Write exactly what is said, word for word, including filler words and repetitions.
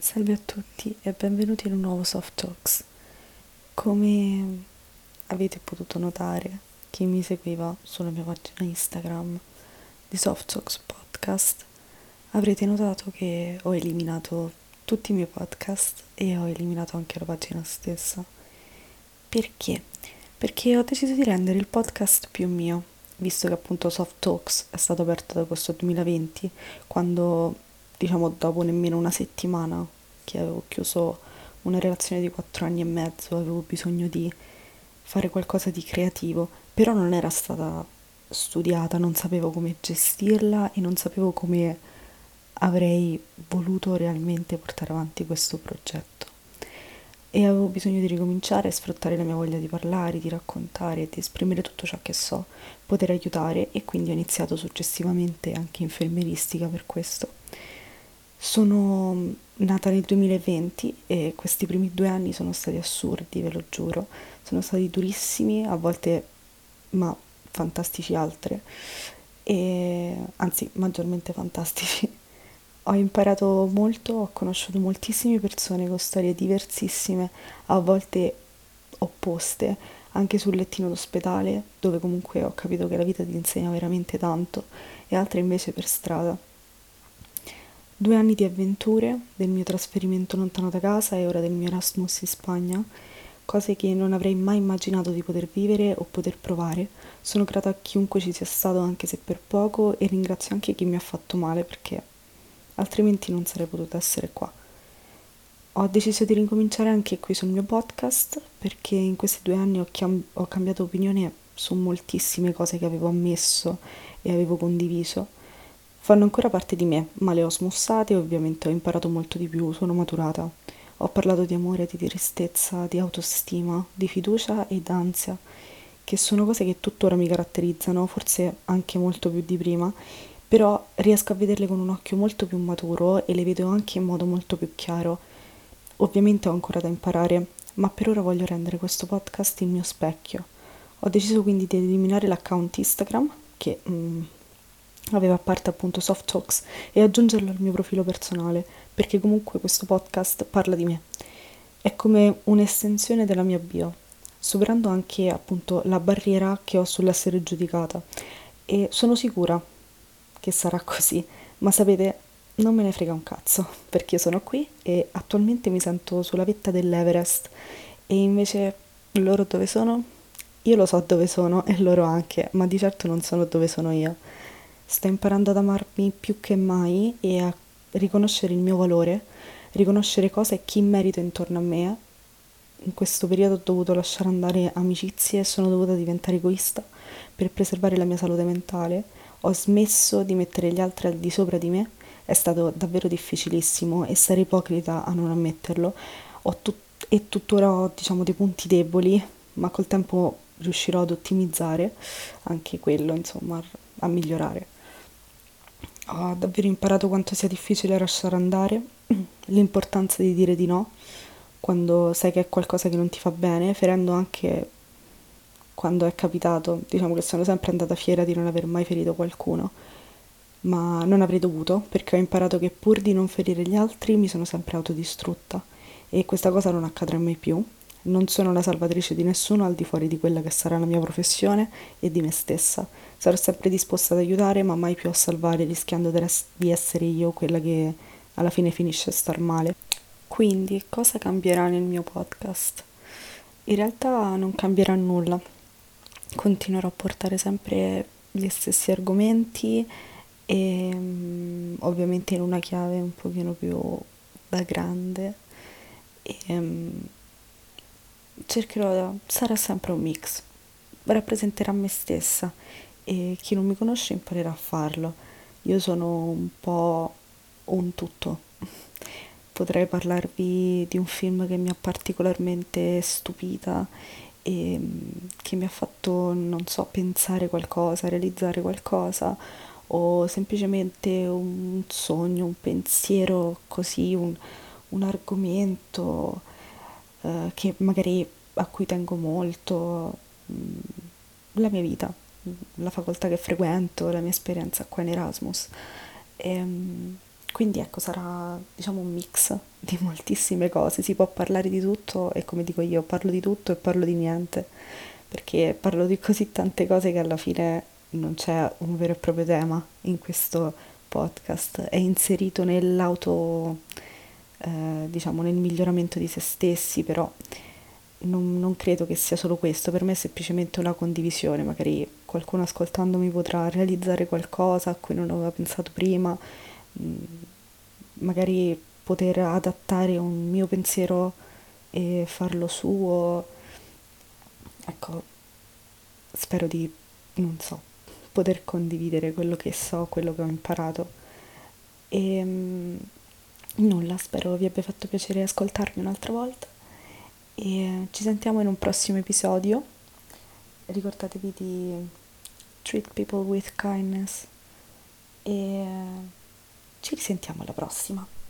Salve a tutti e benvenuti in un nuovo Soft Talks. Come avete potuto notare, chi mi seguiva sulla mia pagina Instagram di Soft Talks Podcast, avrete notato che ho eliminato tutti i miei podcast e ho eliminato anche la pagina stessa. Perché? Perché ho deciso di rendere il podcast più mio, visto che appunto Soft Talks è stato aperto da questo duemilaventi, quando, diciamo, dopo nemmeno una settimana che avevo chiuso una relazione di quattro anni e mezzo, avevo bisogno di fare qualcosa di creativo, però non era stata studiata, non sapevo come gestirla e non sapevo come avrei voluto realmente portare avanti questo progetto. E avevo bisogno di ricominciare a sfruttare la mia voglia di parlare, di raccontare, di esprimere tutto ciò che so, poter aiutare e quindi ho iniziato successivamente anche infermieristica per questo. Sono nata nel duemilaventi e questi primi due anni sono stati assurdi, ve lo giuro. Sono stati durissimi, a volte, ma fantastici altre, e anzi, maggiormente fantastici. Ho imparato molto, ho conosciuto moltissime persone con storie diversissime, a volte opposte, anche sul lettino d'ospedale, dove comunque ho capito che la vita ti insegna veramente tanto, e altre invece per strada. Due anni di avventure, del mio trasferimento lontano da casa e ora del mio Erasmus in Spagna, cose che non avrei mai immaginato di poter vivere o poter provare. Sono grata a chiunque ci sia stato, anche se per poco, e ringrazio anche chi mi ha fatto male perché altrimenti non sarei potuta essere qua. Ho deciso di ricominciare anche qui sul mio podcast perché in questi due anni ho, chiam- ho cambiato opinione su moltissime cose che avevo ammesso e avevo condiviso. Fanno ancora parte di me, ma le ho smussate e ovviamente ho imparato molto di più, sono maturata. Ho parlato di amore, di tristezza, di autostima, di fiducia e d'ansia, che sono cose che tuttora mi caratterizzano, forse anche molto più di prima, però riesco a vederle con un occhio molto più maturo e le vedo anche in modo molto più chiaro. Ovviamente ho ancora da imparare, ma per ora voglio rendere questo podcast il mio specchio. Ho deciso quindi di eliminare l'account Instagram, che mm, aveva a parte appunto Soft Talks, e aggiungerlo al mio profilo personale, perché comunque questo podcast parla di me. È come un'estensione della mia bio, superando anche appunto la barriera che ho sull'essere giudicata. E sono sicura che sarà così, ma sapete, non me ne frega un cazzo, perché io sono qui e attualmente mi sento sulla vetta dell'Everest e invece loro dove sono? Io lo so dove sono e loro anche, ma di certo non sono dove sono io. Sto imparando ad amarmi più che mai e a riconoscere il mio valore, riconoscere cosa e chi merito intorno a me. In questo periodo ho dovuto lasciare andare amicizie e sono dovuta diventare egoista per preservare la mia salute mentale. Ho smesso di mettere gli altri al di sopra di me, è stato davvero difficilissimo e sarei ipocrita a non ammetterlo. Ho tut- e tuttora ho, diciamo, dei punti deboli, ma col tempo riuscirò ad ottimizzare anche quello, insomma, a migliorare. Ho davvero imparato quanto sia difficile lasciare andare, l'importanza di dire di no quando sai che è qualcosa che non ti fa bene, ferendo anche quando è capitato. Diciamo che sono sempre andata fiera di non aver mai ferito qualcuno, ma non avrei dovuto perché ho imparato che pur di non ferire gli altri mi sono sempre autodistrutta e questa cosa non accadrà mai più. Non sono la salvatrice di nessuno al di fuori di quella che sarà la mia professione e di me stessa. Sarò sempre disposta ad aiutare, ma mai più a salvare, rischiando di essere io quella che alla fine finisce a star male. Quindi, cosa cambierà nel mio podcast? In realtà non cambierà nulla. Continuerò a portare sempre gli stessi argomenti e mm, ovviamente in una chiave un pochino più da grande e mm, cercherò, sarà sempre un mix, rappresenterà me stessa e chi non mi conosce imparerà a farlo. Io sono un po' un tutto. Potrei parlarvi di un film che mi ha particolarmente stupita e mm, che mi ha fatto, non so, pensare qualcosa, realizzare qualcosa, o semplicemente un sogno, un pensiero così, un, un argomento eh, che magari a cui tengo molto, mm, la mia vita, la facoltà che frequento, la mia esperienza qua in Erasmus. E, mm, quindi ecco, sarà diciamo un mix di moltissime cose, si può parlare di tutto e come dico io, parlo di tutto e parlo di niente, perché parlo di così tante cose che alla fine non c'è un vero e proprio tema in questo podcast, è inserito nell'auto, eh, diciamo nel miglioramento di se stessi, però non, non credo che sia solo questo, per me è semplicemente una condivisione, magari qualcuno ascoltandomi potrà realizzare qualcosa a cui non aveva pensato prima, mm, magari poter adattare un mio pensiero e farlo suo, ecco, spero di, non so, poter condividere quello che so, quello che ho imparato e mm, nulla, spero vi abbia fatto piacere ascoltarmi un'altra volta e ci sentiamo in un prossimo episodio. Ricordatevi di treat people with kindness e ci risentiamo alla prossima.